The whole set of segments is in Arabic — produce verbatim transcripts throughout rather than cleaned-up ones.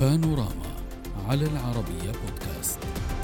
بانوراما على العربية بودكاست.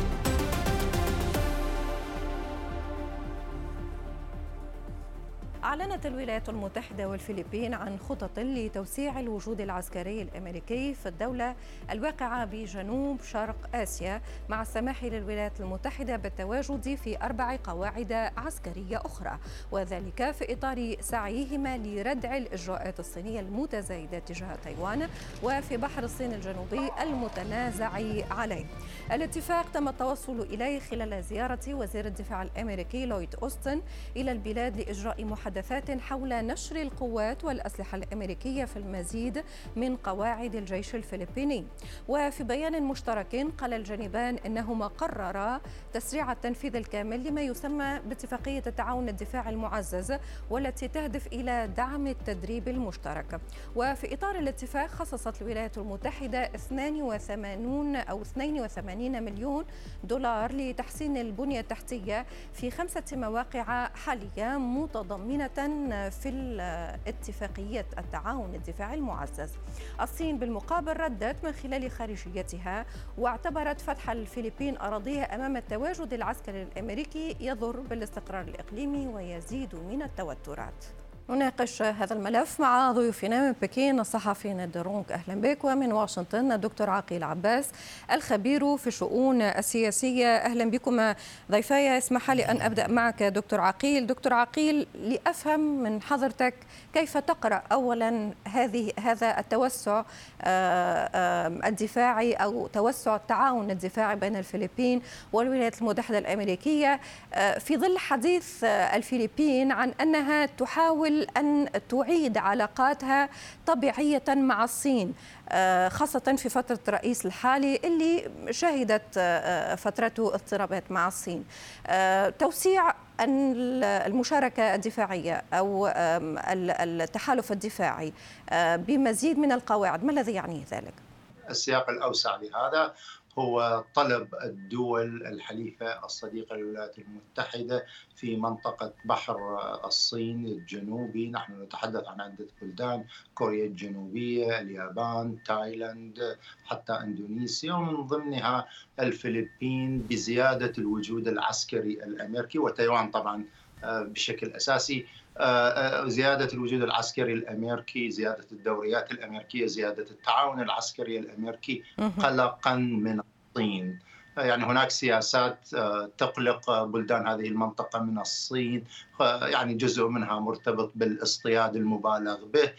أعلنت الولايات المتحدة والفلبين عن خطط لتوسيع الوجود العسكري الأمريكي في الدولة الواقعة بجنوب شرق آسيا، مع السماح للولايات المتحدة بالتواجد في أربع قواعد عسكرية أخرى، وذلك في إطار سعيهما لردع الإجراءات الصينية المتزايدة تجاه تايوان وفي بحر الصين الجنوبي المتنازع عليه. الاتفاق تم التوصل إليه خلال زيارة وزير الدفاع الأمريكي لويد أوستن إلى البلاد لإجراء محادثات حول نشر القوات والأسلحة الأمريكية في المزيد من قواعد الجيش الفلبيني. وفي بيان مشترك قال الجانبان إنهما قررا تسريع التنفيذ الكامل لما يسمى باتفاقية التعاون الدفاعي المعزز، والتي تهدف إلى دعم التدريب المشترك. وفي إطار الاتفاق خصصت الولايات المتحدة اثنين وثمانين أو اثنين وثمانين مليون دولار لتحسين البنية التحتية في خمسة مواقع حالية متضمنة في اتفاقية التعاون الدفاعي المعزز. الصين بالمقابل ردت من خلال خارجيتها، واعتبرت فتح الفلبين أراضيها أمام التواجد العسكري الأمريكي يضر بالاستقرار الإقليمي ويزيد من التوترات. نناقش هذا الملف مع ضيوفنا من بكين الصحفي نادر رونك، أهلا بك، ومن واشنطن الدكتور عقيل عباس الخبير في الشؤون السياسية، أهلا بكم ضيفاي. اسمح لي أن أبدأ معك دكتور عقيل. دكتور عقيل، لأفهم من حضرتك كيف تقرأ أولا هذه هذا التوسع الدفاعي أو توسع التعاون الدفاعي بين الفلبين والولايات المتحدة الأمريكية في ظل حديث الفلبين عن أنها تحاول أن تعيد علاقاتها طبيعية مع الصين، خاصة في فترة الرئيس الحالي اللي شهدت فترته اضطرابات مع الصين. توسيع المشاركة الدفاعية أو التحالف الدفاعي بمزيد من القواعد، ما الذي يعنيه ذلك؟ السياق الأوسع لهذا هو طلب الدول الحليفة الصديقة للولايات المتحدة في منطقة بحر الصين الجنوبي. نحن نتحدث عن عدة بلدان: كوريا الجنوبية، اليابان، تايلاند، حتى إندونيسيا، ومن ضمنها الفلبين، بزيادة الوجود العسكري الأمريكي، وتايوان طبعا بشكل أساسي. زيادة الوجود العسكري الأمريكي، زيادة الدوريات الأمريكية، زيادة التعاون العسكري الأمريكي قلقا من الصين. يعني هناك سياسات تقلق بلدان هذه المنطقة من الصين، يعني جزء منها مرتبط بالاصطياد المبالغ به،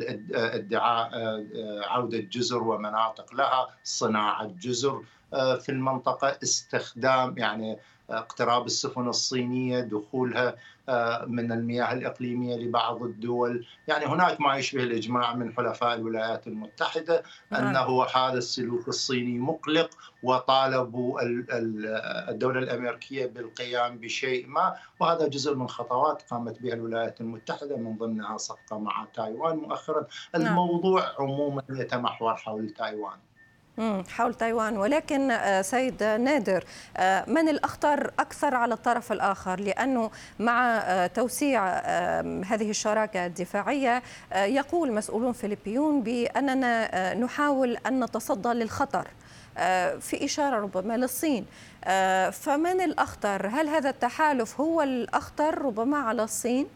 ادعاء عودة جزر ومناطق لها، صناعة جزر في المنطقة، استخدام يعني اقتراب السفن الصينية، دخولها من المياه الإقليمية لبعض الدول. يعني هناك ما يشبه الإجماع من حلفاء الولايات المتحدة أنه هذا السلوك الصيني مقلق، وطالبوا الدولة الأمريكية بالقيام بشيء ما، وهذا جزء من خطوات قامت بها الولايات المتحدة، من ضمنها صفقة مع تايوان مؤخرا. الموضوع عموما يتمحور حول تايوان حول تايوان، ولكن سيد نادر، من الأخطر أكثر على الطرف الآخر؟ لأنه مع توسيع هذه الشراكة الدفاعية يقول مسؤولون فلبيون بأننا نحاول أن نتصدى للخطر، في إشارة ربما للصين. فمن الأخطر؟ هل هذا التحالف هو الأخطر ربما على الصين؟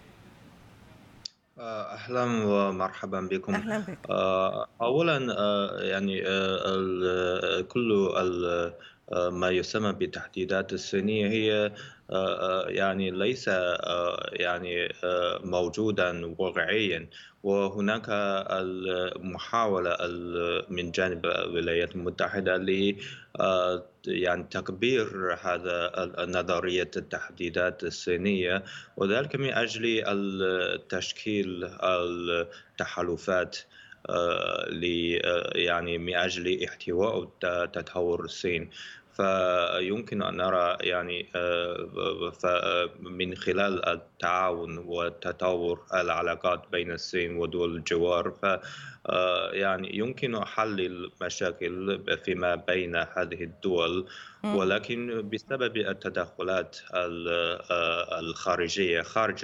أهلا ومرحبا بكم. أهلا بك. أولا يعني كل ما يسمى بالتهديدات الصينية هي يعني ليس يعني موجودا واقعيا، وهناك المحاولة من جانب الولايات المتحدة ل يعني تكبير هذا نظرية التهديدات الصينية، وذلك من أجل تشكيل التحالفات يعني من أجل احتواء تطور الصين. فيمكن أن نرى يعني من خلال التعاون وتطور العلاقات بين الصين ودول الجوار، ف يعني يمكن حل المشاكل فيما بين هذه الدول، ولكن بسبب التدخلات الخارجية خارج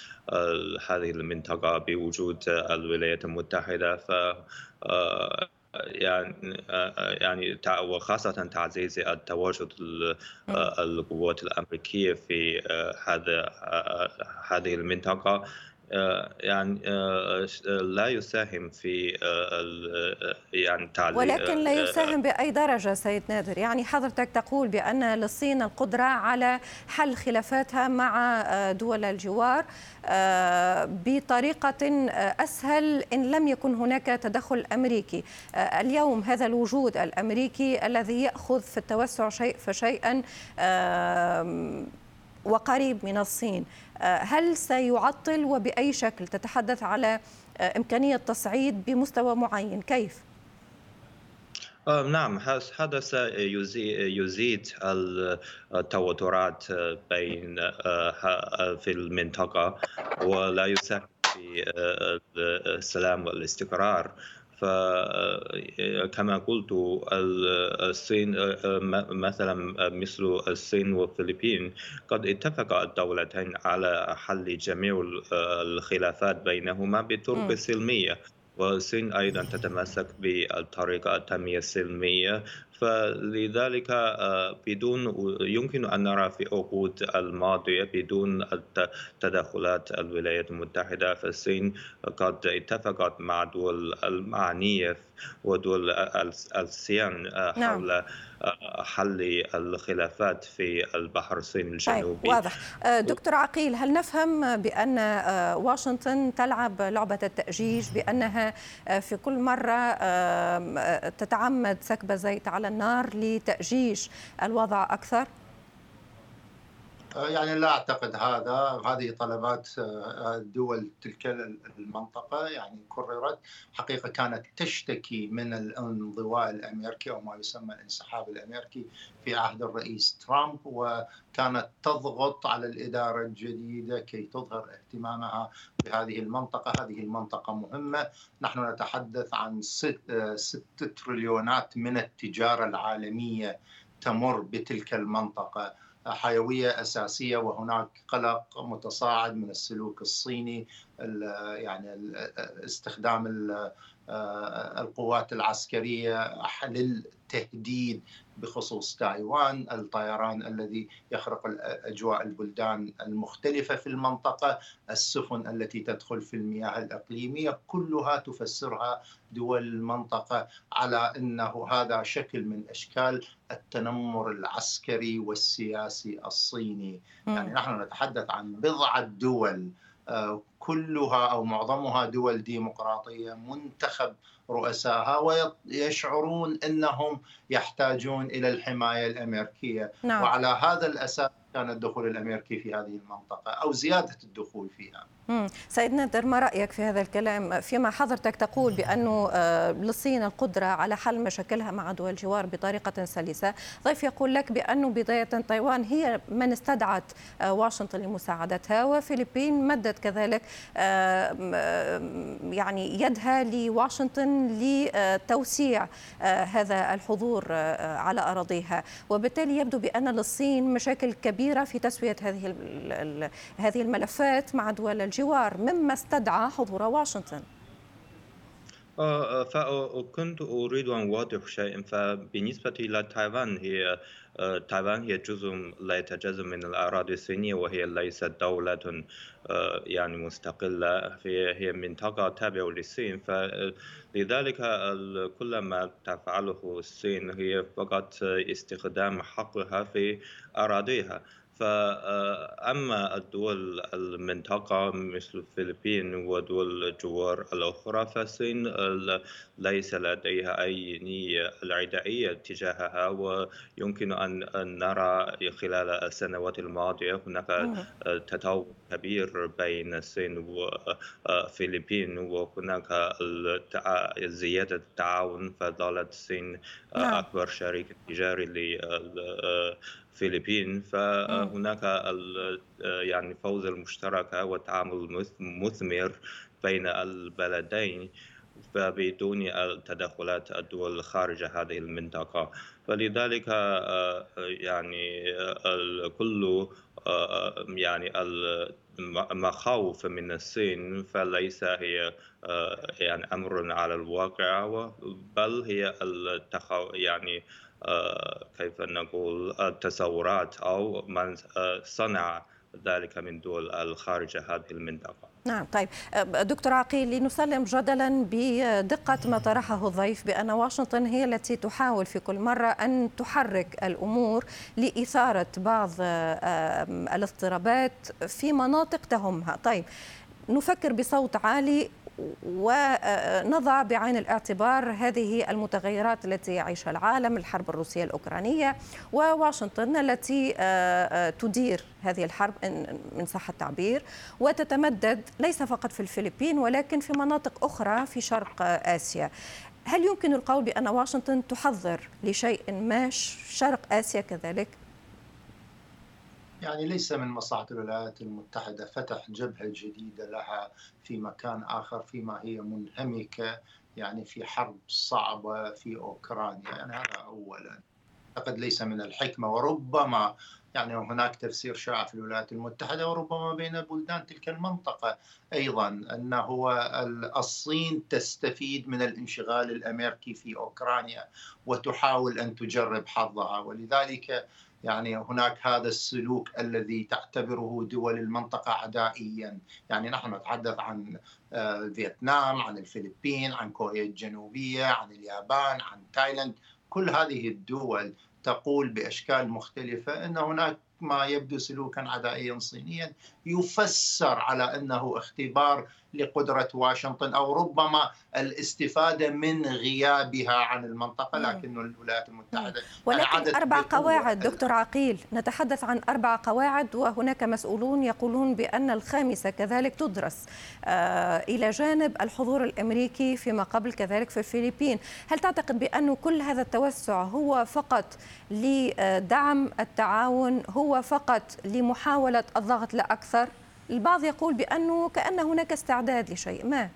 هذه المنطقة بوجود الولايات المتحدة، ف يعني يعني وخاصة تعزيز التواجد القوات الأمريكية في هذا هذه المنطقة يعني لا يساهم في يعني تعليق، ولكن لا يساهم بأي درجة سيد نادر. يعني حضرتك تقول بأن للصين القدرة على حل خلافاتها مع دول الجوار بطريقة أسهل إن لم يكن هناك تدخل أمريكي. اليوم هذا الوجود الأمريكي الذي يأخذ في التوسع شيء فشيئا وقريب من الصين، هل سيعطل وبأي شكل؟ تتحدث على إمكانية تصعيد بمستوى معين، كيف؟ نعم، هذا سيزيد التوترات بين في المنطقة ولا يساهم في السلام والاستقرار. فكما قلت الصين مثلا مثل الصين والفلبين قد اتفق الدولتين على حل جميع الخلافات بينهما بطرق سلمية، والصين أيضا تتمسك بالطريقة التنمية السلمية. فلذلك بدون يمكن أن نرى في عقود الماضية بدون تدخلات الولايات المتحدة، فالصين قد اتفقت مع دول المعنية ودول السيان حول نعم. حل الخلافات في البحر الصيني الجنوبي. طيب، واضح. دكتور عقيل، هل نفهم بأن واشنطن تلعب لعبة التأجيج، بأنها في كل مرة تتعمد سكب زيت على النار لتأجيج الوضع أكثر؟ يعني لا أعتقد هذا. هذه طلبات دول تلك المنطقة يعني كررت، حقيقة كانت تشتكي من الانضواء الأمريكي أو ما يسمى الانسحاب الأمريكي في عهد الرئيس ترامب، وكانت تضغط على الإدارة الجديدة كي تظهر اهتمامها بهذه المنطقة. هذه المنطقة مهمة، نحن نتحدث عن ستة تريليونات من التجارة العالمية تمر بتلك المنطقة، حيوية أساسية، وهناك قلق متصاعد من السلوك الصيني، يعني استخدام القوات العسكرية للتهديد بخصوص تايوان، الطيران الذي يخرق أجواء البلدان المختلفة في المنطقة، السفن التي تدخل في المياه الإقليمية، كلها تفسرها دول المنطقة على أنه هذا شكل من أشكال التنمر العسكري والسياسي الصيني. يعني نحن نتحدث عن بضعة دول كلها أو معظمها دول ديمقراطية منتخب رؤسائها ويشعرون أنهم يحتاجون إلى الحماية الأمريكية. نعم. وعلى هذا الأساس كان الدخول الأمريكي في هذه المنطقة أو زيادة الدخول فيها. مم. سيد نادر، ما رأيك في هذا الكلام فيما حضرتك تقول بأنه للصين القدرة على حل مشاكلها مع دول الجوار بطريقة سلسة؟ ضيف يقول لك بأنه بداية تايوان هي من استدعت واشنطن لمساعدتها، وفلبين مدت كذلك يعني يدها لواشنطن لتوسيع هذا الحضور على أراضيها، وبالتالي يبدو بأن للصين مشاكل كبيرة في تسوية هذه هذه الملفات مع دول الجوار، مما استدعى حضور واشنطن. فكنت أريد أن أوضح شيئا. فبالنسبة إلى تايوان، هي تايوان هي جزء لا يتجزأ من الأراضي الصينية، وهي ليست دولة يعني مستقلة، هي منطقة تابعة للصين. فلذلك كل ما تفعله الصين هي فقط استخدام حقها في أراضيها. فأما الدول المنطقة مثل الفلبين ودول الجوار الأخرى، فالصين ليس لديها أي نية العدائية تجاهها، ويمكن أن نرى خلال السنوات الماضية هناك تطور كبير بين الصين والفلبين، وهناك زيادة التعاون، فظلت الصين أكبر شريك تجاري لل الفلبين. فهناك يعني فوز المشتركة والتعامل المثمر بين البلدين فبدون تدخلات الدول خارج هذه المنطقة. فلذلك يعني كل يعني مخاوف من الصين فليس هي يعني أمر على الواقع، بل هي التخو يعني كيف نقول التصورات أو من صنع ذلك من دول الخارج هذه المنطقة. نعم. طيب دكتور عقيل، لنسلم جدلا بدقة ما طرحه الضيف بأن واشنطن هي التي تحاول في كل مرة أن تحرك الأمور لإثارة بعض الاضطرابات في مناطق تهمها. طيب نفكر بصوت عالي ونضع بعين الاعتبار هذه المتغيرات التي يعيشها العالم، الحرب الروسية الأوكرانية، وواشنطن التي تدير هذه الحرب إن صح التعبير، وتتمدد ليس فقط في الفلبين ولكن في مناطق أخرى في شرق آسيا. هل يمكن القول بأن واشنطن تحضر لشيء ما شرق آسيا كذلك؟ يعني ليس من مصلحة الولايات المتحدة فتح جبهة جديدة لها في مكان آخر فيما هي منهمكة يعني في حرب صعبة في أوكرانيا. يعني هذا أولا أعتقد ليس من الحكمة، وربما يعني هناك تفسير شائع في الولايات المتحدة وربما بين بلدان تلك المنطقة أيضا أن هو الصين تستفيد من الانشغال الأمريكي في أوكرانيا وتحاول أن تجرب حظها، ولذلك يعني هناك هذا السلوك الذي تعتبره دول المنطقة عدائيا. يعني نحن نتحدث عن فيتنام، عن الفلبين، عن كوريا الجنوبية، عن اليابان، عن تايلاند. كل هذه الدول تقول بأشكال مختلفة أن هناك ما يبدو سلوكا عدائيا صينيا يفسر على أنه اختبار لقدرة واشنطن أو ربما الاستفادة من غيابها عن المنطقة، لكن الولايات المتحدة ولكن أربع قواعد دكتور عقيل، نتحدث عن أربع قواعد وهناك مسؤولون يقولون بأن الخامسة كذلك تدرس آه إلى جانب الحضور الأمريكي فيما قبل كذلك في الفلبين. هل تعتقد بأن كل هذا التوسع هو فقط لدعم التعاون، هو فقط لمحاولة الضغط لا أكثر؟ البعض يقول بأنه كأن هناك استعداد لشيء ما.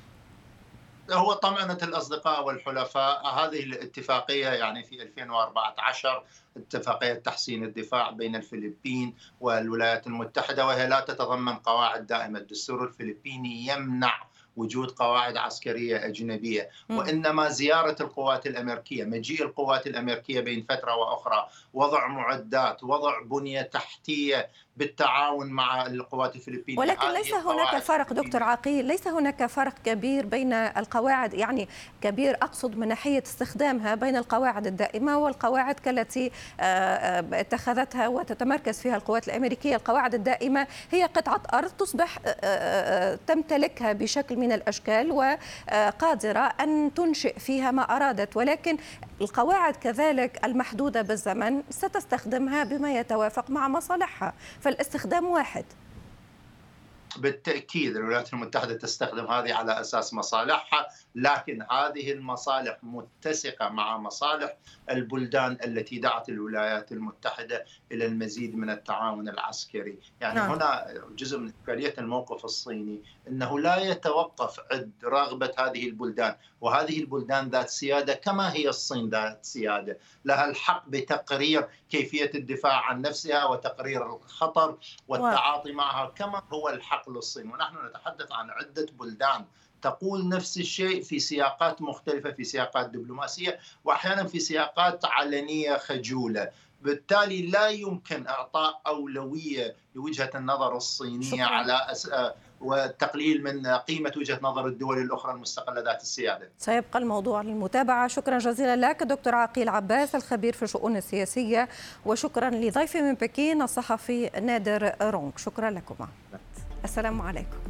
هو طمأنة الأصدقاء والحلفاء. هذه الاتفاقية يعني في ألفين وأربعة عشر اتفاقية تحسين الدفاع بين الفلبين والولايات المتحدة، وهي لا تتضمن قواعد دائمة. الدستور الفلبيني يمنع وجود قواعد عسكرية أجنبية، وإنما زيارة القوات الأمريكية، مجيء القوات الأمريكية بين فترة وأخرى، وضع معدات، وضع بنية تحتية بالتعاون مع القوات الفلبينية. ولكن ليس هناك فرق دكتور عقيل، ليس هناك فرق كبير بين القواعد، يعني كبير أقصد من ناحية استخدامها، بين القواعد الدائمة والقواعد كالتي اتخذتها وتتمركز فيها القوات الأمريكية. القواعد الدائمة هي قطعة أرض تصبح تمتلكها بشكل من الأشكال وقادرة أن تنشئ فيها ما أرادت، ولكن القواعد كذلك المحدودة بالزمن ستستخدمها بما يتوافق مع مصالحها، فالاستخدام واحد. بالتأكيد الولايات المتحدة تستخدم هذه على أساس مصالحها، لكن هذه المصالح متسقة مع مصالح البلدان التي دعت الولايات المتحدة إلى المزيد من التعاون العسكري. يعني نعم. هنا جزء من إشكالية الموقف الصيني أنه لا يتوقف عند رغبة هذه البلدان، وهذه البلدان ذات سيادة كما هي الصين ذات سيادة، لها الحق بتقرير كيفية الدفاع عن نفسها وتقرير الخطر والتعاطي معها كما هو الحق للصين. ونحن نتحدث عن عدة بلدان تقول نفس الشيء في سياقات مختلفة، في سياقات دبلوماسية وأحيانا في سياقات علنية خجولة. بالتالي لا يمكن إعطاء أولوية لوجهة النظر الصينية شكرا. على أس... والتقليل من قيمة وجهة نظر الدول الأخرى المستقلة ذات السيادة. سيبقى الموضوع للمتابعة. شكرا جزيلا لك دكتور عقيل عباس الخبير في الشؤون السياسية، وشكرا لضيفي من بكين الصحفي نادر رونك. شكرا لكما. السلام عليكم.